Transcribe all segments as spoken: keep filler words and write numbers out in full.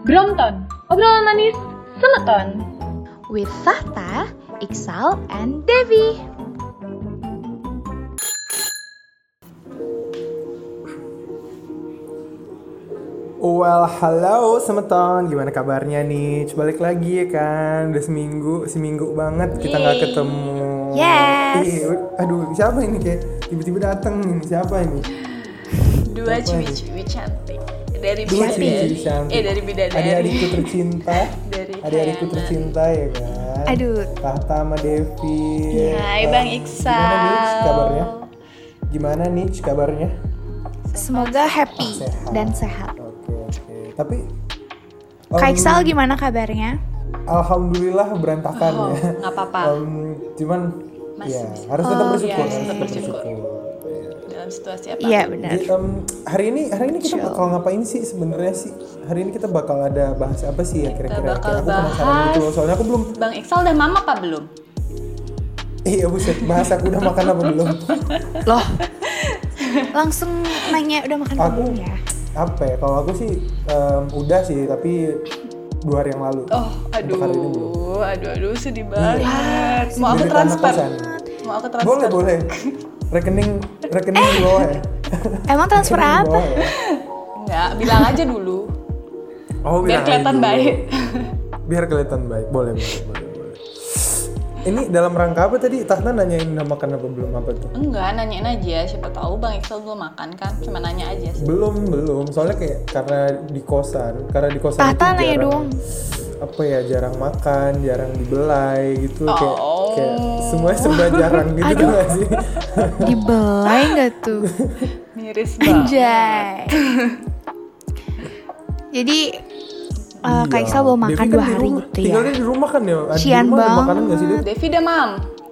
Brompton, obrolan manis semeton. With Tahta, Iksal, and Devi. Well, halo semeton, gimana kabarnya nih? Balik lagi ya kan, udah seminggu, seminggu banget kita nggak ketemu. Yes. Ih, aduh, siapa ini kayak tiba-tiba datang nih? Siapa ini? Dua Siapa ciwi-ciwi cantik dari Dua bidadari. ciwi-ciwi cantik. Eh dari bidadari. Adik-adikku tercinta. Dari Adik-adikku Kayangan. tercinta ya kan. Aduh. Tahta sama Devi. Hai Ah, Bang Iksal. Gimana nih kabarnya? Gimana nih kabarnya? Semoga happy Sehat. dan sehat. Oke oke. Tapi Kak um, Iksal gimana kabarnya? alhamdulillah berantakan Oh, ya. nggak apa-apa. Um, cuman Masih ya bisa. harus tetap Oh, bersyukur. iya, harus tetap tetap bersyukur. Dalam situasi apa? Iya benar. Jadi, um, hari ini hari ini kita Chill. bakal ngapain sih sebenarnya sih? Hari ini kita bakal ada bahas apa sih ya kira-kira? Kita bakal Kayak aku penasaran bahas- gitu loh. Soalnya aku belum. Bang Iksal udah mama apa belum? Iya buset, bahas aku udah makan apa belum? Loh. Langsung nanya udah makan Aku- belum ya? Apa ya? Kalau aku sih um, udah sih, tapi dua hari yang lalu. Oh, Untuk hari ini belum. aduh, aduh, aduh, sedih banget. Iya. Mau aku Dari transfer. anak kosan. Mau aku transfer. Boleh boleh. Rekening rekening di bawah ya. Emang transfer Rekening di apa? bawah ya. Enggak, bilang aja dulu. Oh, Biar bilang kelihatan aja. baik. Biar kelihatan baik. Boleh, boleh, boleh, boleh. Ini dalam rangka apa tadi? Tahta nanyain udah makan apa belum apa tuh? Enggak, nanyain aja. Siapa tahu Bang Iksal belum makan kan? Cuma nanya aja sih. Belum, belum. Soalnya kayak karena di kosan, karena di kosan Tahta itu nanya jarang doang. apa ya, jarang makan, jarang dibelai gitu, kayak Oh. kayak semuanya serba jarang gitu tuh nggak sih? Dibelai nggak tuh? Miris banget. Anjay. Jadi uh, Kak Iksal belum makan Devi kan dua di hari rumah- gitu ya? Tinggalnya di rumah kan ya? Ada di Sian rumah ada banget. makanan nggak sih Dev? Devi udah mam.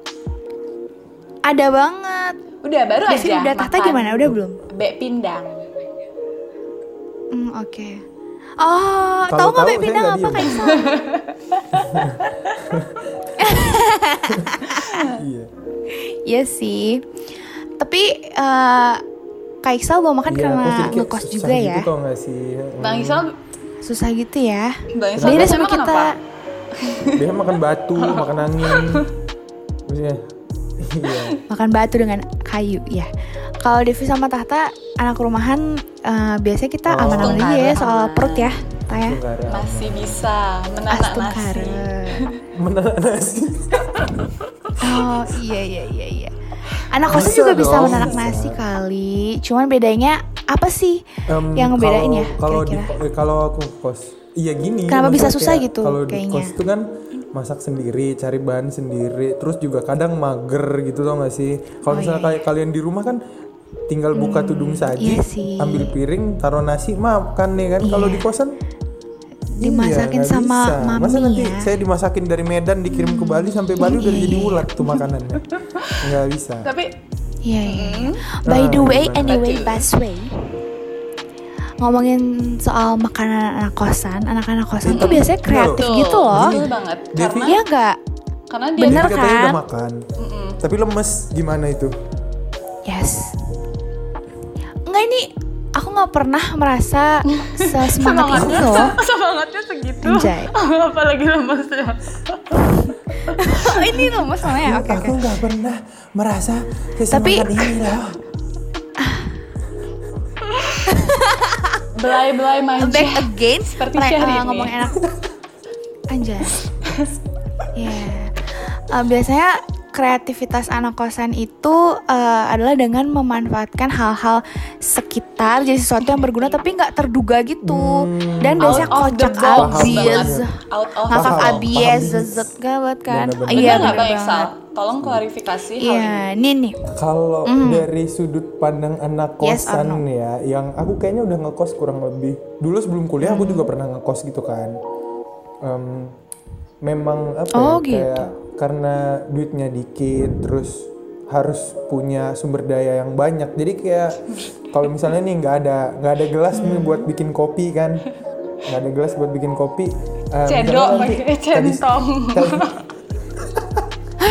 Ada banget. Udah baru Devi aja. udah, Tahta makan. gimana? Udah belum? Bek pindang. Hmm, oke. Oh, Kalau tahu nggak tahu, Bek saya Pindang nggak apa diem. Kak Iksal? Iya. Iya sih. Tapi uh, Kak Iksal belum makan Iya, aku karena sedikit ngekos susah juga gitu ya. tau nggak sih? Bang Iksal, Susah gitu ya. Bang Iksal Beda biasanya sama makan kita. apa? Dia makan batu, makan angin. Maksudnya, iya. Makan batu dengan kayu ya. Kalau Devi sama Tahta anak rumahan, uh, biasanya kita Oh. aman-aman aja ya soal Aman. perut ya, Taya. Tungkara. Masih bisa menanak Astungkara. nasi. Menanak nasi. Oh iya iya iya iya. Anak kosan Bisa juga bisa dong, menanak bisa. nasi kali. Cuman bedanya apa sih Em, yang ngebedain ya kalau di kira-kira? eh, kalau aku kos, iya gini. Kenapa bisa maksudnya susah kayak gitu Kalau di kayaknya? kos itu kan masak sendiri, cari bahan sendiri, terus juga kadang mager gitu tau gak sih? Kalau Oh, misalnya iya, kayak kalian di rumah kan tinggal buka tudung saji, iya sih. ambil piring, taruh nasi, makan nih kan. Kalau Iya. di kosan Dimasakin iya, nggak sama bisa. mami Masa nanti ya? saya dimasakin dari Medan dikirim ke Bali sampai Bali udah Iya, jadi iya. ulat tuh makanannya. Nggak bisa. Tapi Iya iya. iya. By the way, gimana? anyway, Betul. busway. Ngomongin soal makanan anak kosan, anak-anak kosan tuh biasanya kreatif Betul. gitu loh. Betul banget. Devi- Karena Iya nggak? karena dia Bener Jadi katanya kan? udah makan, tapi lemes gimana itu? Yes. Enggak, ini aku nggak pernah merasa sesemangat ini loh. semangatnya segitu. Anjay. Apalagi lemesnya. Oh, ini loh masalahnya. Oke Aku oke. nggak pernah merasa Tapi- kesemangat ini loh. Belai-belai manja. Back again. Seperti Re- Syahrini. uh, ngomongin anak. Anjay. Ya. Uh, biasanya kreativitas anak kosan itu uh, adalah dengan memanfaatkan hal-hal sekitar jadi sesuatu yang berguna tapi nggak terduga gitu. Dan biasanya Out of the kocak box abis. banget. Out of Ngakak Paham, abis, paham. zezet gawat kan. Bener-bener. Iya Bener nggak bener Bang Iksal? banget. Tolong klarifikasi hal Iya, ini. nih nih. Kalau dari sudut pandang anak Yes or kosan ya, yang aku kayaknya udah ngekos kurang lebih. Dulu sebelum kuliah aku juga pernah ngekos gitu kan. Em, memang apa Oh, ya, gitu. kayak karena duitnya dikit, terus harus punya sumber daya yang banyak. Jadi kayak kalau misalnya nih nggak ada nggak ada gelas nih buat bikin kopi kan, nggak ada gelas buat bikin kopi. em, Cendok misalnya nanti pakai tadi- centong. tadi-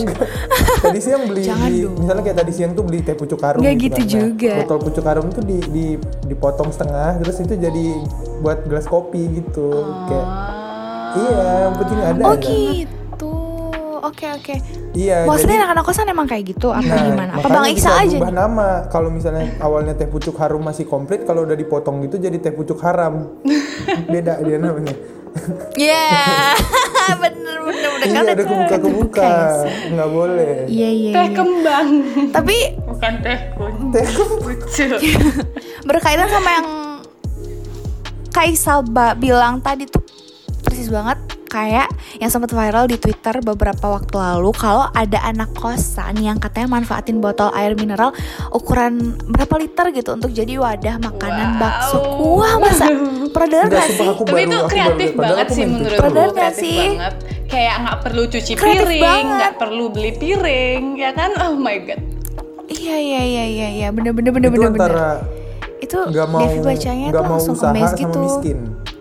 Tadi siang beli, Jangan di, dong. misalnya kayak tadi siang tuh beli teh pucuk harum. Nggak gitu gitu kan. Nah, juga. botol pucuk harum tuh di, di dipotong setengah, terus itu jadi buat gelas kopi gitu. Kayak iya, yang penting ada. Oh aja. gitu. Oke oke. Iya. Maksudnya jadi, anak-anak kosan emang kayak gitu apa nah, gimana? Apa makanya Bang Iksal bisa aja berubah nih? nama. Kalau misalnya awalnya teh pucuk harum masih komplit, kalau udah dipotong gitu jadi teh pucuk haram. Beda dia namanya. Iya. bener bener bener Iya, kan udah kebuka-kebuka. ya sih. Nggak boleh. Iya iya. Teh iya. kembang. Tapi Bukan teh kun. Teh kebuka. Lucu. berkaitan sama yang Kak Iksal ba- bilang tadi tuh persis banget kayak yang sempat viral di Twitter beberapa waktu lalu kalau ada anak kosan yang katanya manfaatin botol air mineral ukuran berapa liter gitu untuk jadi wadah makanan Wow. bakso. Wah, masa pernah dengar Enggak, gak sumpah, sih? aku Tapi baru- itu aku baru kreatif lihat. Padahal banget aku sih main menurut TikTok. Bener gue. gak Kreatif sih? banget. Kayak nggak perlu cuci Kreatif piring, banget. nggak perlu beli piring, ya kan? Oh my god. Iya iya iya iya iya bener bener bener Itu bener antara bener. Itu nggak mau Devi bacanya nggak tuh mau langsung usaha amazed sama gitu. miskin.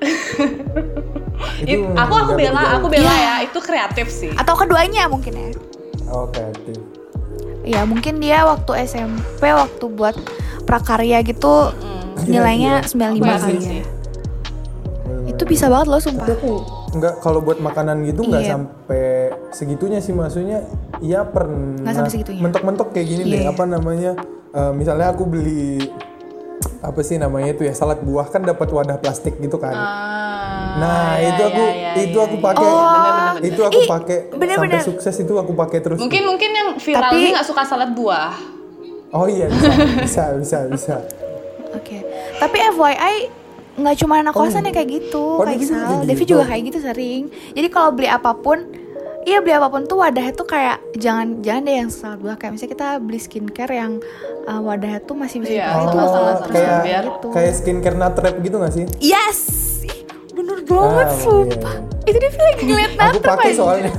It, Itu aku aku nggak bela, beda aku jauh. bela Iya. ya. Itu kreatif sih. Atau keduanya mungkin ya. Oke, oke. Ya mungkin dia waktu S M P waktu buat prakarya gitu nilainya Iya, iya. sembilan puluh Aku lima yakin kali ya. sih. Itu bisa banget loh sumpah. Tapi aku nggak, kalau buat makanan gitu nggak Iya. sampai segitunya sih, maksudnya ya pernah Nggak sampai segitunya. mentok-mentok kayak gini Iya, deh, iya. apa namanya, eh, misalnya aku beli apa sih namanya itu ya, salad buah kan dapat wadah plastik gitu kan. Ah, Nah, ya, itu aku ya, ya, itu ya, aku ya. pakai. Oh, bener-bener. Itu aku Ih, pakai bener-bener. sampai sukses, itu aku pakai terus. Mungkin mungkin yang viral Tapi- ini nggak suka salad buah. Oh iya, bisa bisa bisa bisa. Oke. Tapi F Y I nggak cuma anak Oh. kosan yang kayak gitu, Oh, kayak Devi juga Sal. kayak Devi gitu. juga kayak gitu sering. Jadi kalau beli apapun, iya beli apapun tuh wadahnya tuh kayak jangan jangan deh yang salad buah, kayak misalnya kita beli skincare yang uh, wadahnya tuh masih bisa Iya. dipakai Oh, tuh sama, salad sama, kayak biar- gitu. kayak skincare nut wrap gitu nggak sih? Yes, Ih, bener banget Ah, sumpah. Itu Devi lagi ngeliat Aku natrap pakai aja. soalnya.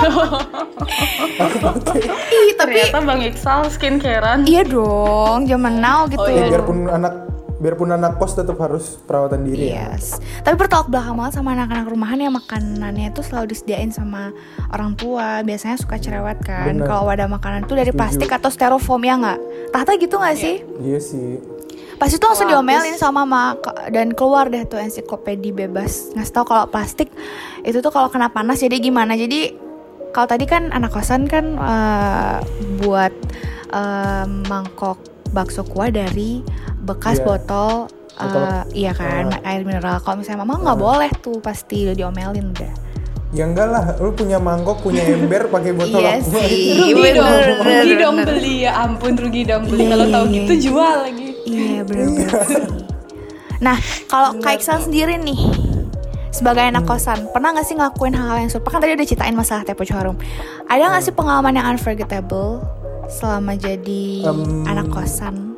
Aku pakai. Ih, tapi Ternyata Bang Iksal skincarean. iya dong, zaman now gitu. Oh, Ya, iya. biarpun anak biarpun anak kos tetap harus perawatan diri ya. Yes. Tapi bertolak belakang banget sama anak-anak rumahan yang makanannya itu selalu disediain sama orang tua. Biasanya suka cerewet kan. Bener. Kalau wadah makanan tuh dari Setuju. plastik atau styrofoam ya nggak? Tata gitu nggak sih? Iya sih. Pas itu langsung Wah, diomelin sama mama ke- dan keluar deh tuh ensiklopedi bebas. Ngasih tahu kalau plastik itu tuh kalau kena panas jadi gimana. Jadi kalau tadi kan anak kosan kan eh, buat eh, mangkok bakso kuah dari bekas Iya. botol, eh, Botol. iya kan Ah. air mineral. Kalau misalnya mama nggak boleh tuh pasti udah diomelin udah. Ya enggak lah, lu punya mangkok, punya ember, pakai botol Iya aqua sih. gitu. Rugi Bener, dong, bener, rugi bener. dong beli, ya ampun rugi dong beli. Iya, Kalau iya, tahu iya, gitu iya. jual lagi. Iya benar-benar sih. Nah kalau Kak Iksal sendiri nih sebagai anak kosan pernah nggak sih ngelakuin hal-hal yang serupa? Kan tadi udah ceritain masalah teh pucuk harum. Ada nggak sih pengalaman yang unforgettable selama jadi Em, anak kosan?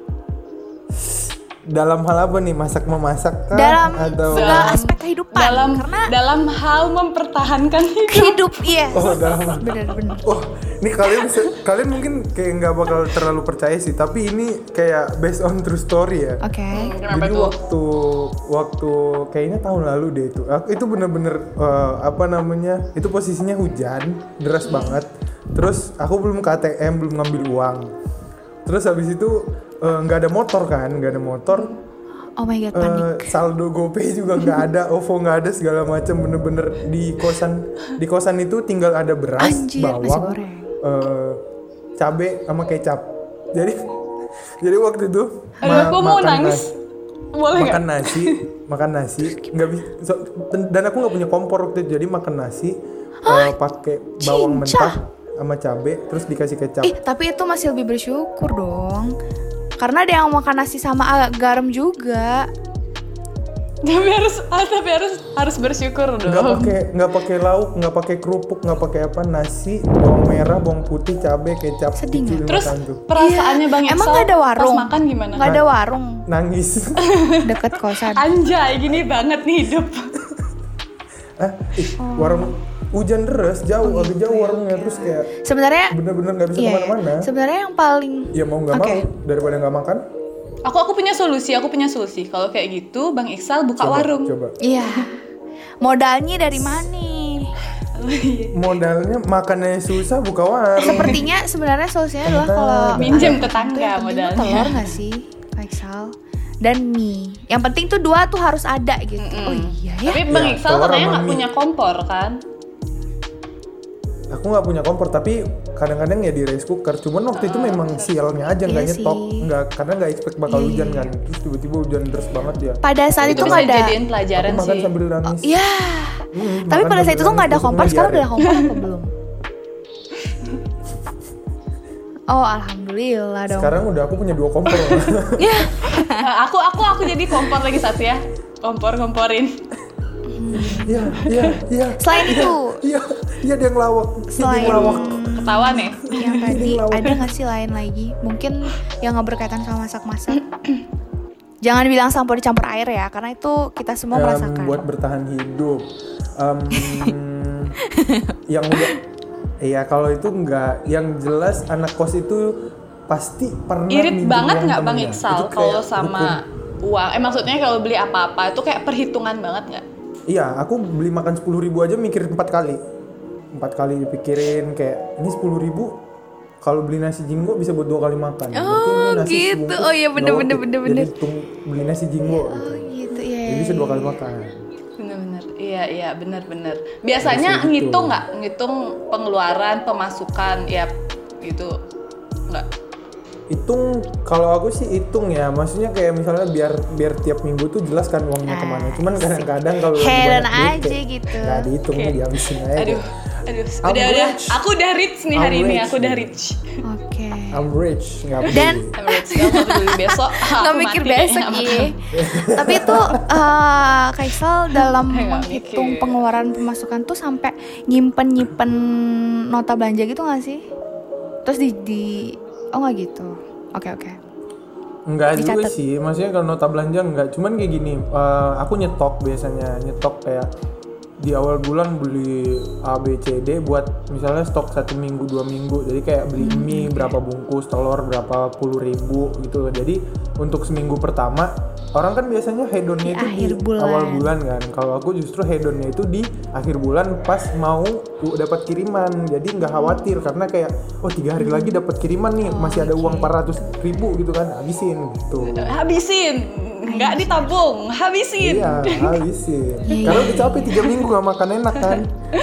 Dalam hal apa nih? Masak memasak kah? Dalam atau segala aspek kehidupan. Dalam Karena dalam hal mempertahankan hidup. hidup iya. Oh, dalam Bener-bener. Oh, ini kalian bisa, kalian mungkin kayak nggak bakal terlalu percaya sih, tapi ini kayak based on true story ya. Oke. Kenapa Jadi tuh? waktu waktu kayaknya tahun lalu deh itu. Aku itu bener-bener eh, apa namanya? Itu posisinya hujan, deras banget. Terus aku belum ke A T M, belum ngambil uang. Terus habis itu eh, nggak ada motor kan, nggak ada motor. Oh my god panik. Eh, saldo GoPay juga nggak ada, OVO nggak ada, segala macam. Bener-bener di kosan di kosan itu tinggal ada beras, Anjir, nasi bawang, goreng. eh, cabe sama kecap. Jadi jadi waktu itu Aduh, ma- aku mau makan nangis. nasi- Boleh makan nggak? nasi, makan nasi, nggak bisa. so- dan aku nggak punya kompor waktu itu, jadi makan nasi eh, pakai bawang cincah. mentah sama cabe, terus dikasih kecap. Ih tapi itu masih lebih bersyukur dong. Karena ada yang makan nasi sama ah, garam juga. Tapi harus, ah, tapi harus harus bersyukur Nggak dong. pakai nggak pakai lauk, nggak pakai kerupuk, nggak pakai apa, nasi, bawang merah, bawang putih, cabe, kecap. Sedih nggak? Itu Terus makan tuh. perasaannya Bang Iya. Iksal Emang nggak ada warung? pas makan gimana? Nggak ada warung Nangis. deket kosan. Anjay, gini banget nih hidup. ah, ih, warung hujan deras, jauh, Oh, agak gitu jauh ya, warungnya, oke, terus oke. kayak Sebenarnya bener-bener nggak bisa iya, kemana-mana. sebenarnya yang paling Ya mau nggak Oke. mau daripada nggak makan. Aku aku punya solusi, aku punya solusi. Kalau kayak gitu, Bang Iksal buka Coba, warung. Coba. iya modalnya dari mana? Modalnya makannya susah buka warung. Sepertinya sebenarnya solusinya adalah kalau Minjem ada tetangga itu yang penting tuh modalnya. telur nggak sih, Kak Iksal? Dan mie. Yang penting tuh dua tuh harus ada gitu. Mm-mm. Oh iya ya. Tapi Bang Ya, Iksal telur katanya sama nggak mie. punya kompor kan? Aku nggak punya kompor tapi kadang-kadang ya di rice cooker. Cuman waktu itu memang sialnya aja nggak Iya nyetok, sih. nggak karena nggak expect bakal Iya, hujan iya. kan. Terus tiba-tiba hujan deras banget ya. Pada saat itu Itu nggak bisa ada. jadiin pelajaran Aku makan sih. sambil nangis. Iya. Hmm, Tapi makan pada saat sambil itu tuh nggak ada nangis, kompor. terus Sekarang udah diare. ada kompor apa belum? Oh alhamdulillah dong. Sekarang udah aku punya dua kompor. Ya. Nah, aku aku aku jadi kompor lagi satu ya. Kompor komporin. Iya, iya, iya. Selain itu, Iya, iya dia ngelawak. Dia selain ngelawak. Ketawa nih. yang tadi Ini lawak. ada nggak sih lain lagi? Mungkin yang nggak berkaitan sama masak-masak. Jangan bilang sampo dicampur air ya, karena itu kita semua Em, merasakan. buat bertahan hidup. Em, yang udah, iya kalau itu enggak. Yang jelas anak kos itu pasti pernah Irit minjem banget uang nggak Bang temennya. Iksal Itu kayak kalau sama hukum. uang? Eh maksudnya kalau beli apa-apa itu kayak perhitungan banget nggak? Iya, aku beli makan sepuluh ribu aja mikir empat kali. Empat kali dipikirin kayak ini sepuluh ribu. Kalau beli nasi jinggo bisa buat dua kali makan. Berarti Oh, ini nasi gitu. sebungkus Oh, iya, bener, nggak bener, worth it. bener, bener. Jadi tung, beli nasi jinggo gitu. Oh gitu ya. Jadi bisa dua kali makan. Bener-bener, iya iya bener-bener. Biasanya Harusnya gitu. ngitung nggak? Ngitung pengeluaran, pemasukan, ya gitu nggak? Hitung kalau aku sih hitung ya, maksudnya kayak misalnya biar biar tiap minggu tuh jelas kan uangnya kemana. Cuman kadang-kadang kalau lagi Heran banyak duit aja kayak gitu. nggak dihitung, Oke. dihabisin aja. Aduh, aduh, I'm udah udah. rich. Aku udah rich nih I'm hari ini, rich aku udah nih. rich. Oke. I'm rich, nggak peduli. Dan- I'm rich, gak mau peduli besok. Nggak aku mikir mati besok kayaknya. iya. Tapi itu uh, Kaisal dalam Nggak menghitung mikir. pengeluaran pemasukan tuh sampai nyimpen nyimpen nota belanja gitu nggak sih? Terus di, di oh nggak gitu. Oke oke. Enggak juga Dicatat. sih, maksudnya kalau nota belanja enggak, cuman kayak gini, eh, aku nyetok biasanya, nyetok kayak di awal bulan beli A B C D buat misalnya stok satu minggu dua minggu, jadi kayak beli Hmm, mie berapa bungkus, telur berapa puluh ribu gitu, jadi untuk seminggu pertama orang kan biasanya hedonnya Di itu di akhir bulan. awal bulan kan, kalau aku justru hedonnya itu di akhir bulan pas mau dapat kiriman, jadi nggak khawatir karena kayak oh tiga hari lagi dapat kiriman nih, masih ada uang empat ratus ribu gitu kan, habisin gitu. Habisin, nggak ditabung, habisin. Iya, habisin. Karena udah capek tiga minggu gak makan enak kan.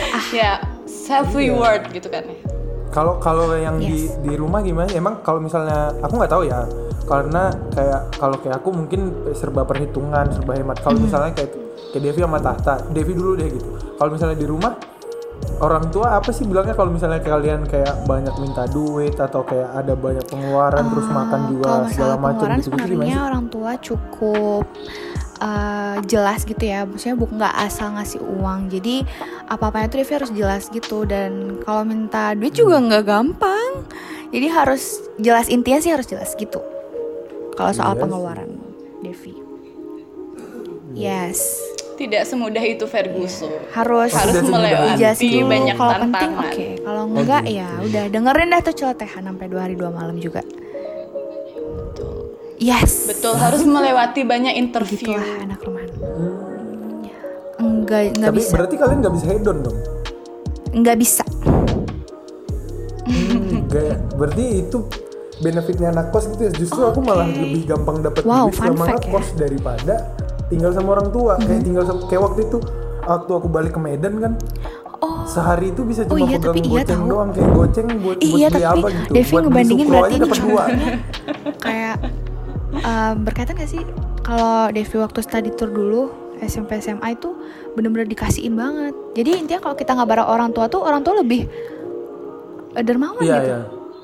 Ya self reward gitu kan ya. Kalau kalau yang di Yes. di rumah gimana? Emang kalau misalnya aku nggak tahu ya. Karena kayak kalau kayak aku mungkin serba perhitungan, serba hemat. Kalau misalnya kayak kayak Devi sama Tahta, Devi dulu deh gitu. Kalau misalnya di rumah orang tua apa sih bilangnya kalau misalnya kalian kayak banyak minta duit atau kayak ada banyak pengeluaran terus makan juga Kalau segala masalah macam pengeluaran gitu gitu gimana sebenarnya sih? orang tua cukup uh, jelas gitu ya, maksudnya bukan nggak asal ngasih uang, jadi apa-apanya tuh Devi harus jelas gitu, dan kalau minta duit juga nggak gampang, jadi harus jelas, intinya sih harus jelas gitu. Kalau soal Iya sih. pengeluaran Devi, yes, Tidak semudah itu Ferguson. harus Harus Tidak semudah melewati dijelasin dulu. banyak Kalau penting tantangan. oke, kalau enggak ya udah dengerin dah tuh celotehan sampai dua hari dua malam juga. Yes. Betul, harus melewati banyak interview. Begitulah anak rumahan. Enggak, enggak Tapi bisa. berarti kalian nggak bisa hedon dong? Enggak bisa. Hmm, kayak berarti itu benefitnya anak kos gitu ya. Justru aku malah lebih gampang dapat Wow, duit fun sama anak fact ya. kos daripada tinggal sama orang tua. Kayak tinggal sama, kayak waktu itu waktu aku balik ke Medan kan. Oh. Sehari itu bisa Oh cuma iya, pegang tapi iya goceng tahu. doang, kayak goceng buat, Ih, buat iya, beli tapi apa gitu. Devi Buat beli ngebandingin sukro berarti aja ini dapat dua. Kayak uh, berkaitan gak sih kalau Devi waktu study tour dulu S M P S M A itu bener-bener dikasihin banget. Jadi intinya kalau kita nggak bareng orang tua tuh orang tua lebih uh, dermawan Iya, gitu. iya.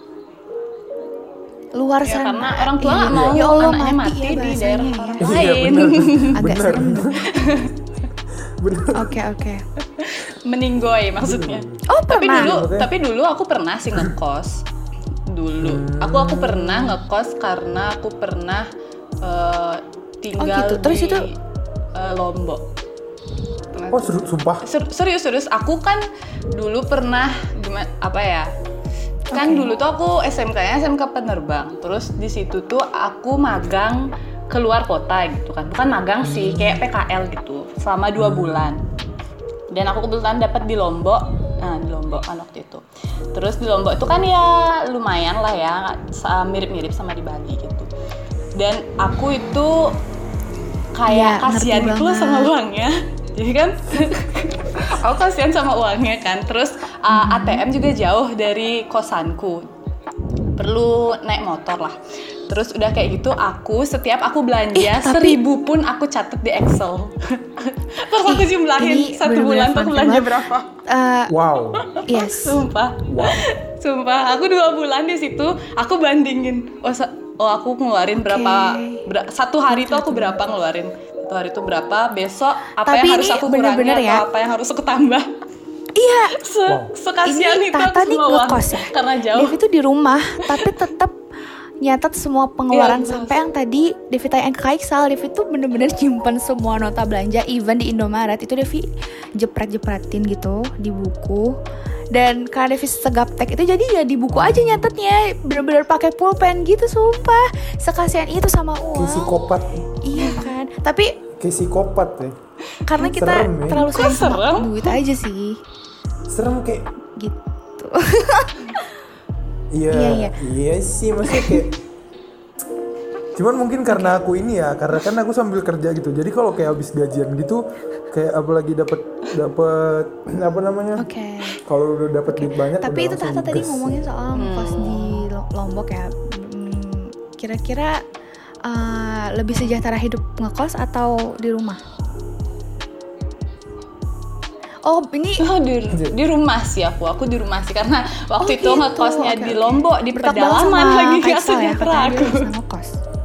Luar Ya, sana. karena orang tua Iya. nggak mau Ya Allah, anaknya mati mati ya di bahasanya daerah ya. orang Iya, lain. benar. Agak Benar. serem. Benar. Oke oke. Meninggoy maksudnya. Oh Tapi pernah. dulu, Makanya- tapi dulu aku pernah sih ngekos. Dulu, Hmm. aku aku pernah ngekos karena aku pernah eh, tinggal Oh, gitu. Terus di itu- eh, Lombok. Pernah- Oh, seru, sumpah. Ser- serius serius aku kan dulu pernah gimana apa ya, kan Oke. dulu tuh aku S M K-nya S M K penerbang, terus di situ tuh aku magang keluar kota gitu kan, bukan magang sih, kayak P K L gitu selama dua bulan, dan aku kebetulan dapat di Lombok Nah, di Lombok kan waktu itu. Terus di Lombok itu kan ya lumayan lah ya, mirip-mirip sama di Bali gitu. Dan aku itu kayak Ya, kasihan ngerti gitu loh banget. sama uangnya. Jadi kan aku kasihan sama uangnya kan. Terus uh, A T M juga jauh dari kosanku. Perlu naik motor lah. Terus udah kayak gitu aku setiap aku belanja Eh, tapi- seribu pun aku catat di Excel. Terus aku Ih, jumlahin ini satu bener-bener bulan fun tuh fact belanja banget. berapa. Eh, Wow. yes. Sumpah. Wow. Sumpah, aku dua bulan di situ, aku bandingin. Oh, sa- oh aku ngeluarin berapa, ber- satu hari itu aku berapa ngeluarin. Satu hari itu berapa, besok apa Tapi yang harus ini aku kurangi bener-bener atau ya. apa yang harus aku tambah. Iya. Se Wow. Sekasian Ini itu Tata aku nih semua uang. ngekos ya. Karena jauh. Dev itu di rumah, tapi tetap nyatat semua pengeluaran. Iya, betul. Sampai yang tadi Devi tanya ke Kak Iksal, Devi tuh bener-bener nyimpen semua nota belanja, even di Indomaret itu Devi jepret-jepretin gitu di buku. Dan karena Devi segaptek itu jadi ya di buku aja nyatetnya, bener-bener pakai pulpen gitu, sumpah sekasian itu sama Kayak uang. psikopat. Iya kan, tapi Kayak psikopat ya. karena kita Serem, ya. terlalu Kok sayang sama serem? duit aja sih Serem kayak gitu. iya, Iya, iya. iya sih maksudnya kayak cuman mungkin karena aku ini ya, karena kan aku sambil kerja gitu. Jadi kalau kayak habis gajian gitu, kayak apalagi dapat dapat apa namanya? Oke. Kalau udah dapat duit banyak Tapi udah itu langsung Tata tadi gas. ngomongin soal ngekos di Lo- Lombok ya. Hmm, kira-kira uh, lebih sejahtera hidup ngekos atau di rumah? Oh ini Oh, di, di rumah sih aku, aku di rumah sih karena waktu Oh, itu gitu. ngekosnya Oke, di oke. Lombok di bertolak pedalaman sama lagi Kak nggak Iksal ya, sejahtera katanya aku. dia bisa ngekos.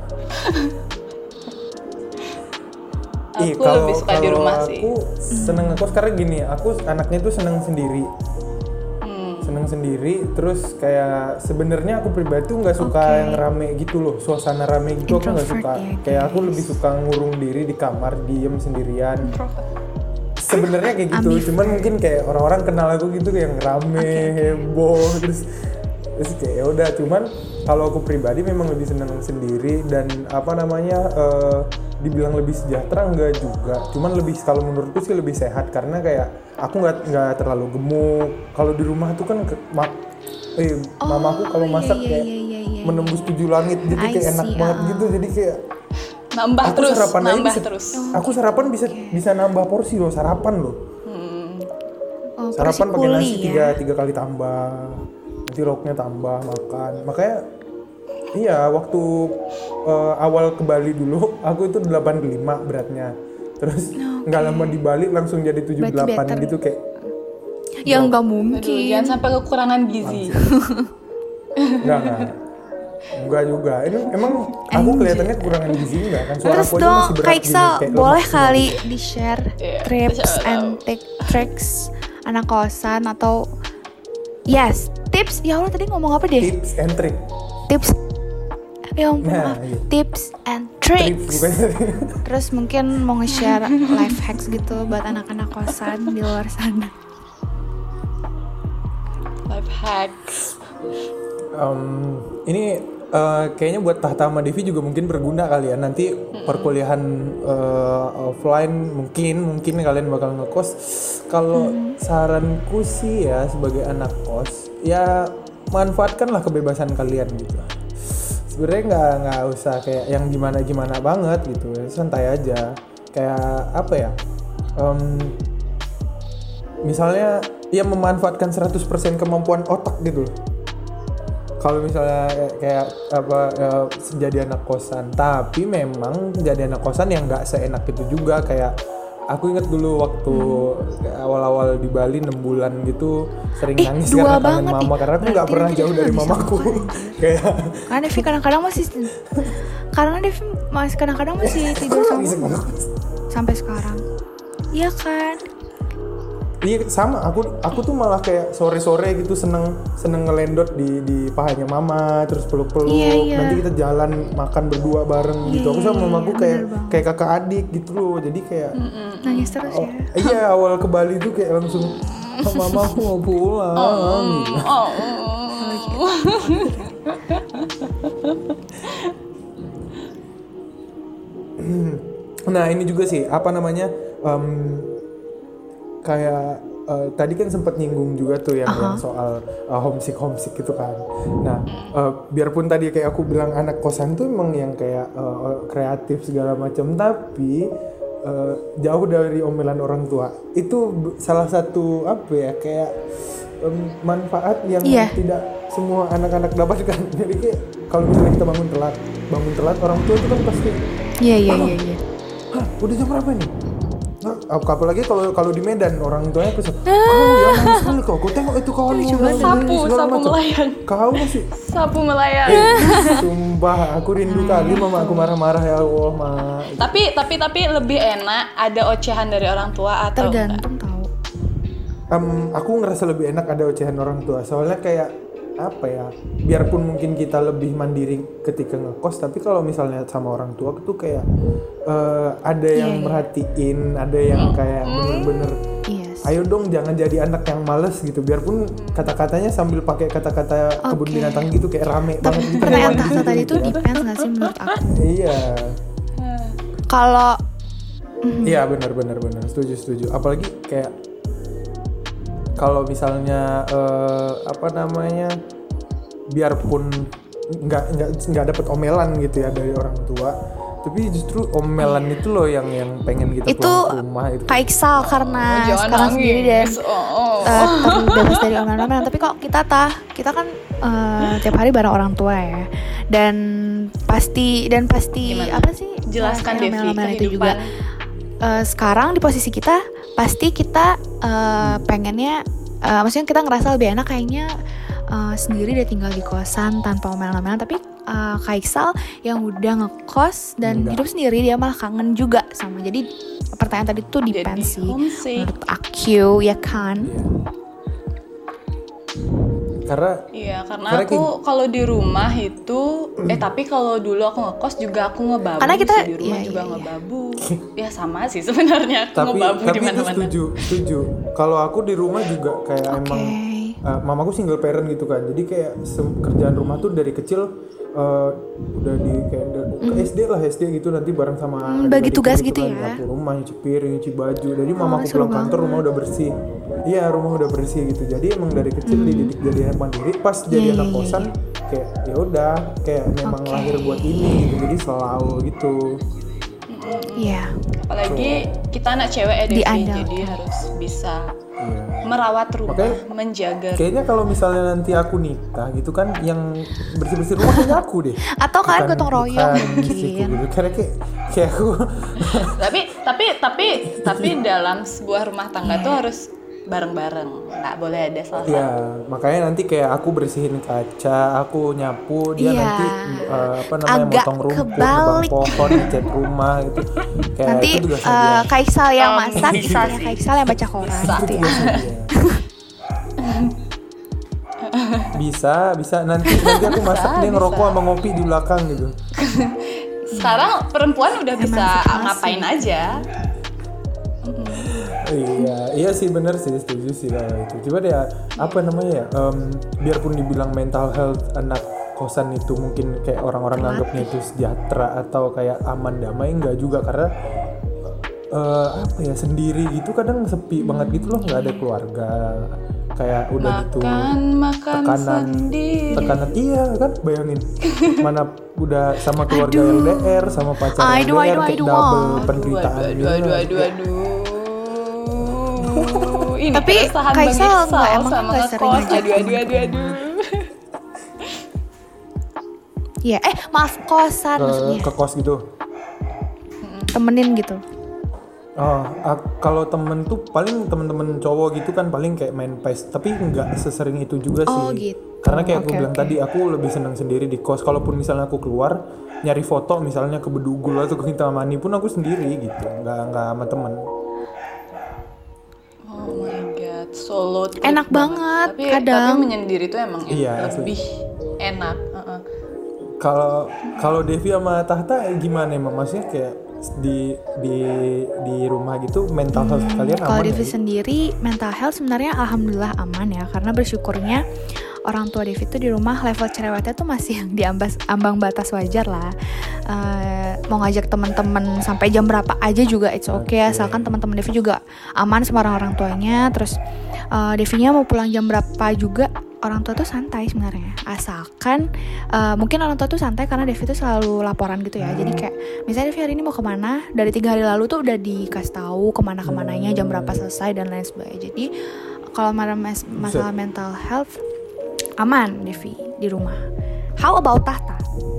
Ih, Aku kalau- lebih suka di kalau rumah sih. Aku seneng ngekos karena gini, aku anaknya tuh seneng sendiri. Hmm. Seneng sendiri, terus kayak sebenarnya aku pribadi tuh nggak suka Oke. yang rame gitu loh, suasana rame gitu aku nggak Introvert suka. ya, Kayak aku guys. lebih suka ngurung diri di kamar, diem sendirian. Sebenarnya kayak gitu, Ambivert. cuman mungkin kayak orang-orang kenal aku gitu yang rame, heboh, terus terus kayak ya udah. Cuman kalau aku pribadi memang lebih seneng sendiri dan apa namanya eh, dibilang lebih sejahtera enggak juga. Cuman lebih kalau menurutku sih lebih sehat karena kayak aku nggak nggak terlalu gemuk. Kalau di rumah tuh kan ke, mak, eh mamaku kalau iya, masak iya, kayak iya, iya, iya, menembus tujuh langit, jadi I kayak enak see, banget ah. gitu. Jadi kayak Nambah aku terus, sarapan aja nambah bisa- terus. Aku sarapan bisa bisa nambah porsi loh, sarapan loh. Oh, Sarapan pakai kuli nasi ya. tiga tiga kali tambah, nanti lauknya tambah, makan. Makanya iya waktu eh, awal ke Bali dulu aku itu delapan puluh lima beratnya, terus nggak lama di Bali langsung jadi tujuh puluh delapan better. gitu kayak Ya nggak Aduh, mungkin. jangan sampai kekurangan gizi. enggak enggak enggak juga. Ini emang aku kelihatannya kekurangan gizi enggak kan? Suara Terus aku aja dong, masih berat Kak gini, Iksal, kayak boleh lemak semua. kali di-share Iya, tips siapa and tahu. take tricks anak kosan atau yes, tips. Ya Allah tadi ngomong apa deh? Tips and trick. Tips. Ya ampun, Nah, maaf. iya. Tips and Trips tricks. bukannya. Terus mungkin mau nge-share life hacks gitu buat anak-anak kosan di luar sana. Life hacks. Em, ini eh, kayaknya buat Tahta sama Devi juga mungkin berguna kali ya. Nanti perkuliahan eh, offline mungkin mungkin kalian bakal ngekos. Kalau saranku sih ya sebagai anak kos ya manfaatkanlah kebebasan kalian gitu. Sebenarnya nggak nggak usah kayak yang gimana gimana banget gitu, santai aja. Kayak apa ya? Em, misalnya ya memanfaatkan seratus persen kemampuan otak gitu loh. Kalau misalnya kayak, kayak apa ya, jadi anak kosan, tapi memang jadi anak kosan yang nggak seenak itu juga. Kayak aku inget dulu waktu kayak awal-awal di Bali enam bulan gitu sering Ih, nangis dua karena kangen banget mama nih. karena aku nggak Berarti pernah nanti jauh dia dari nggak bisa mamaku. makan. Kayak Karena Devi kadang-kadang masih karena Devi masih kadang-kadang masih tidur sama bisa mama sampai sekarang. Iya kan? iya sama, aku aku tuh malah kayak sore-sore gitu seneng seneng ngelendot di di pahanya mama, terus peluk-peluk, Iya, iya. nanti kita jalan makan berdua bareng Iya, gitu. Aku sama iya, mamaku iya, kayak bener banget. kayak kakak adik gitu loh. Jadi kayak Nangis terus oh, ya. iya awal ke Bali tuh kayak langsung oh, mama aku mau pulang. gitu. Oh. Nah ini juga sih apa namanya em, kayak uh, tadi kan sempat nyinggung juga tuh yang, Uh-huh. yang soal uh, homesick homesick gitu kan. Nah, uh, biarpun tadi kayak aku bilang anak kosan tuh emang yang kayak uh, kreatif segala macam, tapi uh, jauh dari omelan orang tua. Itu b- salah satu apa ya kayak um, manfaat yang Iya. tidak semua anak-anak dapatkan. Jadi kayak kalau misalnya kita bangun telat, bangun telat orang tua itu kan pasti, Iya iya iya iya. hah udah jam berapa nih? Nah, ap- apalagi kalau kalau di Medan orang tuanya kesel, kau yang manis sekali kau, kau tengok itu kawan Lucu banget. Sapu, sapu melayang. Kau masih, Sapu melayang. sumpah aku rindu kali mama aku marah-marah ya Allah ma. tapi tapi tapi lebih enak ada ocehan dari orang tua atau enggak? Tergantung tahu. Em, aku ngerasa lebih enak ada ocehan orang tua, soalnya kayak apa ya, biarpun mungkin kita lebih mandiri ketika ngekos, tapi kalau misalnya sama orang tua tuh kayak eh, ada yang Iya, iya. merhatiin, ada yang kayak bener-bener Iya. sih. ayo dong jangan jadi anak yang males gitu, biarpun kata-katanya sambil pakai kata-kata kebun Oke. binatang gitu kayak rame banget gitu. Pertanyaan Hewan tahta gitu tadi gitu tuh ya. depends nggak sih menurut aku? Iya. Kalau Iya benar benar benar, setuju setuju. Apalagi kayak kalau misalnya eh, apa namanya, biarpun nggak nggak nggak dapet omelan gitu ya dari orang tua, tapi justru omelan itu loh yang yang pengen kita itu pulang ke rumah itu. Kak Iksal karena Oh, jangan sekarang sendiri dan nangis. Oh, oh. eh, terbebas dari omelan-omelan. Tapi kok kita tah kita kan eh, tiap hari bareng orang tua ya, dan pasti dan pasti Gimana? apa sih Jelaskan, ngerasain Devi, omelan-omelan itu kehidupan. juga. Eh, sekarang di posisi kita pasti kita eh, pengennya eh, maksudnya kita ngerasa lebih enak kayaknya eh, sendiri dia tinggal di kosan tanpa omelan-omelan. Tapi eh, Kak Iksal yang udah ngekos dan Enggak. hidup sendiri, dia malah kangen juga sama. Jadi pertanyaan tadi tuh Jadi depends sih homesick. menurut aku ya kan. Iya. Karena Iya, karena Karena aku kalau di rumah itu, eh tapi kalau dulu aku ngekos juga aku ngebabu. Karena kita- sih, di rumah iya, juga iya, iya. ngebabu. Ya sama sih sebenarnya, aku tapi ngebabu di tapi itu mana-mana. setuju setuju. Kalau aku di rumah juga kayak Oke. emang uh, mamaku single parent gitu kan, jadi kayak sem- kerjaan rumah tuh dari kecil uh, udah di kayak udah- ke S D lah S D gitu, nanti bareng sama Hmm, bagi adik-adikku tugas gitu kan, ya? nyapu rumah, nyuci piring, nyuci baju. Jadi mamaku seru pulang kantor banget. rumah udah bersih. Iya rumah udah bersih gitu. Jadi emang dari kecil dididik jadi anak mandiri. Pas jadi Hmm. Iya, anak iya, iya, kosan kayak ya udah kayak memang Oke. lahir buat ini gitu. Jadi selalu gitu. Iya. Apalagi kita anak cewek ya, Devi, Diandalkan. jadi harus bisa Iya. merawat rumah, Makanya- menjaga. Kayaknya kalau misalnya nanti aku nikah gitu kan, yang bersih-bersih rumah kayaknya aku deh. Atau kalian Bukan- gotong royong bukan istriku mungkin. gitu. Karena kayak kayak aku tapi tapi tapi tapi dalam sebuah rumah tangga tuh harus bareng-bareng, nggak boleh ada salah ya satu. makanya nanti kayak aku bersihin kaca, aku nyapu, dia Iya. nanti uh, apa namanya Agak motong rumput, kebalik. nebang pohon, ngecat rumah gitu. Kayak Nanti itu tugasnya eh, dia. Kak Iksal yang Um, masak, bisa istrinya sih. Kak Iksal yang baca koran Bisa. gitu ya. Tugasnya dia. Bisa, bisa nanti nanti aku masak Bisa, dia ngerokok bisa. sama ngopi di belakang gitu. Sekarang perempuan udah bisa Emansipasi. ngapain aja. Iya, iya sih bener sih, setuju sih kalau itu. Coba deh apa namanya ya, em, biarpun dibilang mental health anak kosan itu mungkin kayak orang-orang nganggapnya itu sejahtera atau kayak aman damai, enggak juga, karena eh, apa ya, sendiri gitu kadang sepi banget gitu loh, nggak ada keluarga, kayak udah gitu Makan makan tekanan sendiri. tekanan iya kan, bayangin mana udah sama keluarga L D R sama pacar Aduh, L D R aduh, kayak aduh, double aduh, penderitaan Aduh, gitu. aduh, aduh, aduh. Ini Tapi keresahan Kak Bang Iksal Iksal nggak- emang sama nggak sering ngekos. ngajak Aduh, aduh, aduh, aduh. Iya, eh maaf kosan ke, maksudnya. ke kos gitu. Temenin gitu. Oh, ak- kalau temen tuh paling temen-temen cowok gitu kan paling kayak main P E S, tapi nggak sesering itu juga sih. Oh, gitu. Karena kayak aku Oke, bilang oke. tadi, aku lebih senang sendiri di kos. Kalaupun misalnya aku keluar nyari foto misalnya ke Bedugul atau ke Kintamani pun aku sendiri gitu, nggak nggak sama temen. Oh my god, solo trip Enak banget, Tapi, kadang. tapi menyendiri tuh emang Iya, lebih enak. Heeh. Kalau kalau Devi sama Tahta gimana emang, maksudnya kayak di di di rumah gitu mental health kalian Kalau aman Devi nggak sih? sendiri mental health sebenarnya alhamdulillah aman ya, karena bersyukurnya orang tua Devi tuh di rumah level cerewetnya tuh masih yang di ambas, ambang batas wajar lah. uh, mau ngajak teman-teman sampai jam berapa aja juga it's okay, okay. Asalkan teman-teman Devi juga aman sama orang-orang tuanya. Terus uh, Devinya mau pulang jam berapa juga orang tua tuh santai sebenarnya, asalkan uh, mungkin orang tua tuh santai karena Devi tuh selalu laporan gitu ya. Jadi kayak misalnya Devi hari ini mau kemana, dari tiga hari lalu tuh udah dikasih tahu kemana-kemananya, jam berapa selesai dan lain sebagainya. Jadi kalau mas- masalah mental health aman Devi di rumah. How about Tahta?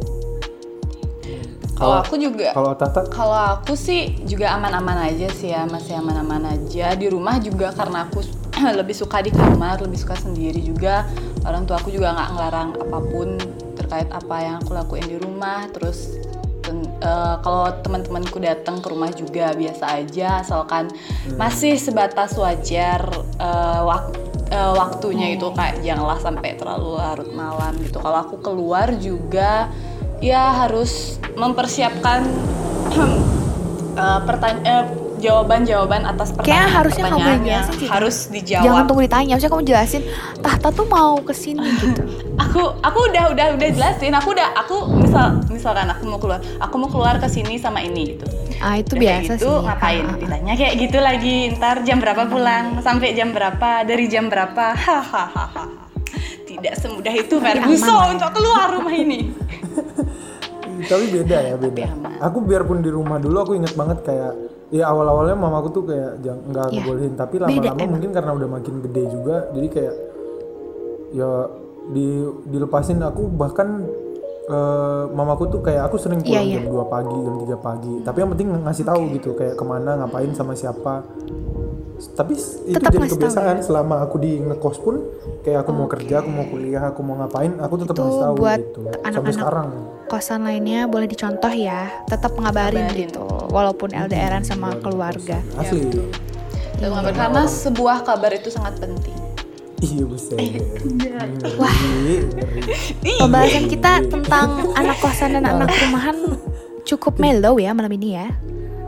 Kalau aku juga, kalau Tahta, kalau aku sih juga aman-aman aja sih ya, masih aman-aman aja di rumah juga karena aku lebih suka di kamar, lebih suka sendiri juga. Orang tua aku juga nggak ngelarang apapun terkait apa yang aku lakuin di rumah. Terus ten, uh, kalau teman-temanku datang ke rumah juga biasa aja, asalkan hmm. masih sebatas wajar uh, wak, uh, waktunya itu kayak janganlah sampai terlalu larut malam gitu. Kalau aku keluar juga ya harus mempersiapkan uh, pertanyaan. Uh, jawaban-jawaban atas pertanyaan harusnya kamu yang jelasin sih. Harus dijawab. Jangan tunggu ditanya, harusnya kamu jelasin. Tahta tuh mau kesini gitu. aku aku udah udah udah jelasin. Aku udah aku misal misalkan aku mau keluar, aku mau keluar ke sini sama ini gitu. Ah itu udah biasa gitu, sih. Ngapain? Ah. Ditanya kayak gitu lagi. Ntar jam berapa pulang? Sampai jam berapa? Dari jam berapa? Hahaha. Tidak semudah itu Ferguson untuk keluar rumah ini. Tapi beda ya beda. Aku biarpun di rumah dulu aku inget banget kayak ya awal-awalnya mamaku tuh kayak nggak yeah. bolehin, tapi lama-lama beda, mungkin emang. Karena udah makin gede juga jadi kayak ya di dilepasin. Aku bahkan uh, mamaku tuh kayak aku sering pulang yeah, yeah. jam dua pagi, jam tiga pagi, tapi yang penting ngasih tahu okay. gitu kayak kemana, ngapain, sama siapa. Tapi itu tetap jadi kebiasaan tahu, ya? Selama aku di ngekos pun kayak aku okay. mau kerja, aku mau kuliah, aku mau ngapain, aku tetap ngasih tahu gitu. Sampai sekarang. Kosan lainnya boleh dicontoh ya, tetap ngabarin, ngabarin. gitu, walaupun L D R-an sama keluarga. Asli. Ya, ya. Karena sebuah kabar itu sangat penting. Iya buset. Wah. Pembahasan kita tentang anak kosan dan anak rumahan cukup mellow ya malam ini ya.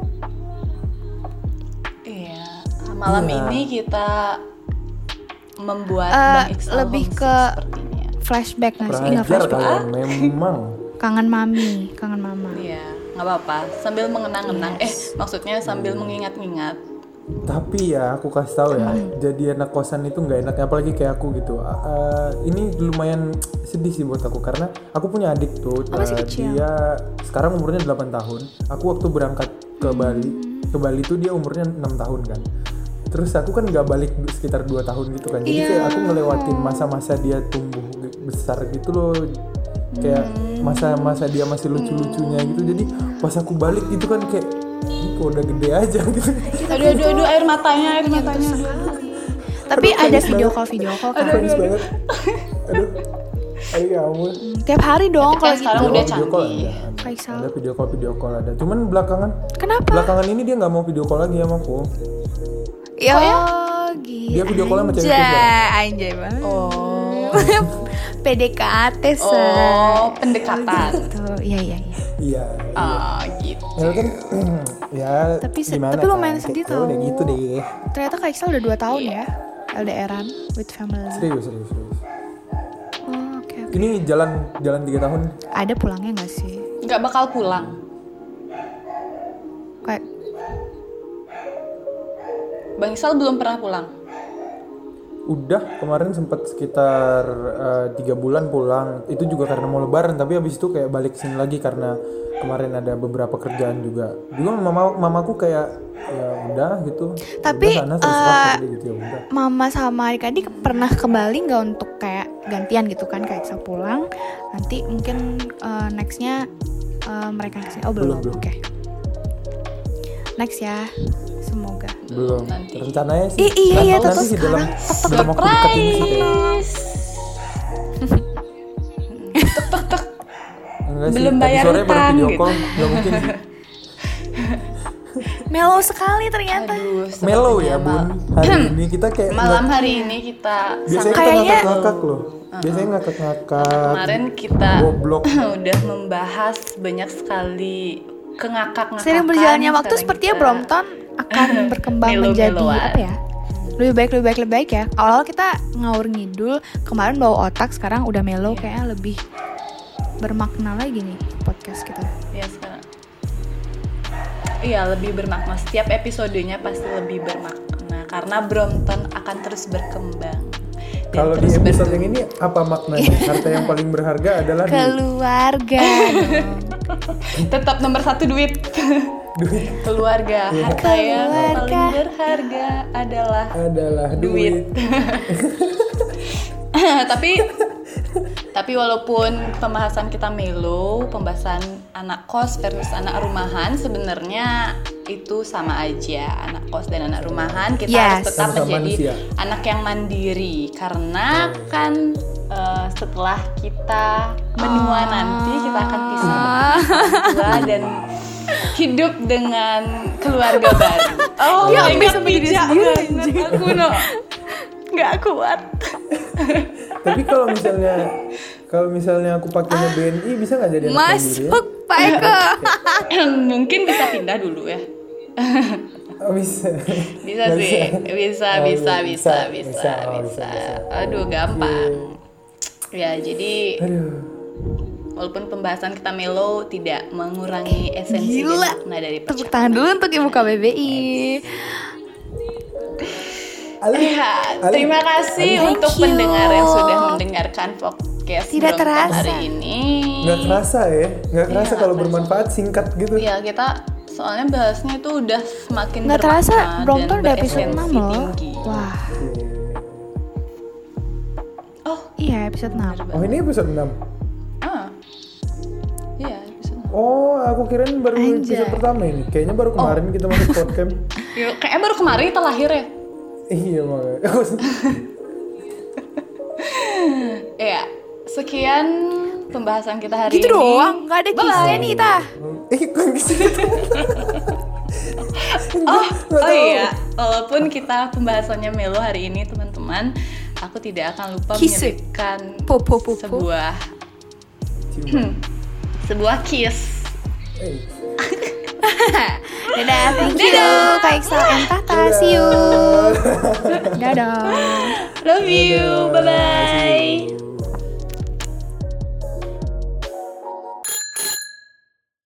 Iya. Malam ya. ini kita membuat uh, Bang Iqsal lebih ke flashback nggak sih? Nggak flashback. Ah? Memang. Kangen mami, kangen mama. Iya, nggak apa-apa. Sambil mengenang-enang, yes. eh maksudnya sambil mengingat-ingat. Tapi ya aku kasih tahu ya, hmm. jadi anak kosan itu nggak enak, apalagi kayak aku gitu. Uh, ini lumayan sedih sih buat aku karena aku punya adik tuh, oh, uh, dia sekarang umurnya delapan tahun. Aku waktu berangkat ke hmm. Bali, ke Bali tuh dia umurnya enam tahun kan. Terus aku kan nggak balik sekitar dua tahun gitu kan. Jadi yeah. kayak aku ngelewatin masa-masa dia tumbuh besar gitu loh. Kayak masa-masa dia masih lucu-lucunya gitu. Jadi pas aku balik gitu kan kayak ini kok udah gede aja gitu. Aduh aduh aduh air matanya, air matanya. Tapi aduh, ada video call video call kan. Aduh, aduh, aduh. Aduh. Ayo ya ampun. Tiap hari dong kalau gitu. Sekarang udah canggih. Ada, ada video call video call ada. Cuman belakangan. Kenapa? Belakangan ini dia nggak mau video call lagi sama aku. Ya, oh ya? Gitu. Dia video call sama cewek juga. Anjay banget. Oh. P D K T se. Oh, pendekatan. Gitu. Iya, iya, iya. Iya. Ah, gitu. Ya kan ya tapi se- gimana, tapi lumayan sedih tau. Udah gitu deh. Ternyata Kak Iqsal udah dua tahun yeah. ya L D R-an with family. Serius, serius, serius. Oh, oke. Okay, okay. Ini jalan jalan tiga tahun. Ada pulangnya nggak sih? Nggak bakal pulang. Kayak Bang Iqsal belum pernah pulang. Udah kemarin sempat sekitar uh, tiga bulan pulang. Itu juga karena mau lebaran, tapi habis itu kayak balik sini lagi karena kemarin ada beberapa kerjaan juga. Juga mama mamaku kayak ya udah gitu. Tapi udah, sana, uh, gitu, ya udah. Mama sama adik-adik pernah ke Bali nggak untuk kayak gantian gitu kan, kayak Iqsal pulang nanti mungkin uh, nextnya uh, mereka kesini. Oh belum, belum. Oke. Okay. Next ya, semoga. Belum. Nanti. Rencananya sih. I- iya iya tetap sih dalam tetap dalam waktu dekat ini sih kayak. Tek tek tek. Enggak belum sih, bayar sore baru utang video gitu. call, nggak mungkin sih. Mellow sekali ternyata. Aduh, Mellow ya bun. Hari ini kita kayak malam ngak- hari ini kita biasanya Kayaknya- kita ngakak-ngakak loh. Biasanya ngakak-ngakak. Kemarin kita goblok. udah membahas banyak sekali kengakak-ngakakan. Sering berjalannya waktu sekarang sepertinya kita Brompton akan berkembang menjadi melo-meloan. apa ya? Lebih baik, lebih baik, lebih baik ya. Awal-awal kita ngawur ngidul, kemarin bawa otak, sekarang udah mellow, kayaknya lebih bermakna lagi nih podcast kita. Ya sekarang. Iya, lebih bermakna. Setiap episodenya pasti lebih bermakna karena Brompton akan terus berkembang. dan Kalau di terus episode bertumbuh. yang ini apa maknanya? Harta yang paling berharga adalah duit. Keluarga dong. Tetap nomor satu duit. Duit Keluarga, harta yang Keluarga. paling berharga adalah adalah duit. duit. tapi tapi walaupun pembahasan kita melo, pembahasan anak kos versus anak rumahan sebenarnya itu sama aja. Anak kos dan anak rumahan kita Yes. harus tetap Sama-sama menjadi manusia. anak yang mandiri karena kan eh, setelah kita menua nanti kita akan pisah dengan orang tua dan hidup dengan keluarga baru. Oh, Dia ingat bisa berdiri bijak sendiri, banget aku no. Nggak kuat. Tapi kalau misalnya kalau misalnya aku pakainya B N I bisa nggak jadi anak mandiri ya? Masuk Pak Eko. Mungkin bisa pindah dulu ya. Oh, bisa. Bisa Nggak sih, bisa, Oh, bisa, iya. bisa, Bisa, bisa, bisa. Oh, bisa. bisa, bisa. Aduh, gampang. Ya, jadi Aduh. walaupun pembahasan kita melo tidak mengurangi esensi dan Gila. makna dari Tepuk percakapan. tangan dulu untuk Ibu K B B I. Ali, Ya, Ali. terima kasih Thank untuk you. pendengar yang sudah mendengarkan podcast Tidak Brompton terasa. hari ini. Nggak kerasa ya, nggak kerasa Iya, kalau nggak bermanfaat singkat gitu. Ya, kita soalnya bahasnya itu udah semakin Nggak terasa bermakna Brompton dan udah episode beresensi enam loh. tinggi. Wah, Oh, iya episode enam. Oh ini episode enam. ah. Iya, episode enam. Oh aku kirain baru Anjay. episode pertama ini. Kayaknya baru kemarin kita masuk podcast. Yuk, kayaknya baru kemarin kita lahir ya. Iya makanya. Iya, sekian pembahasan kita hari Gitu ini. doang, nggak ada kisahnya nih ta. Eh kok gitu? Oh, Nggak oh tahu. iya, walaupun kita pembahasannya melo hari ini teman-teman, aku tidak akan lupa Kisah. menyebutkan Po, po, po, po. sebuah Ciuman. sebuah kiss. Eh, Dadah, thank you Kak Iksal and Tata, see you. Dadah. Love you, bye bye.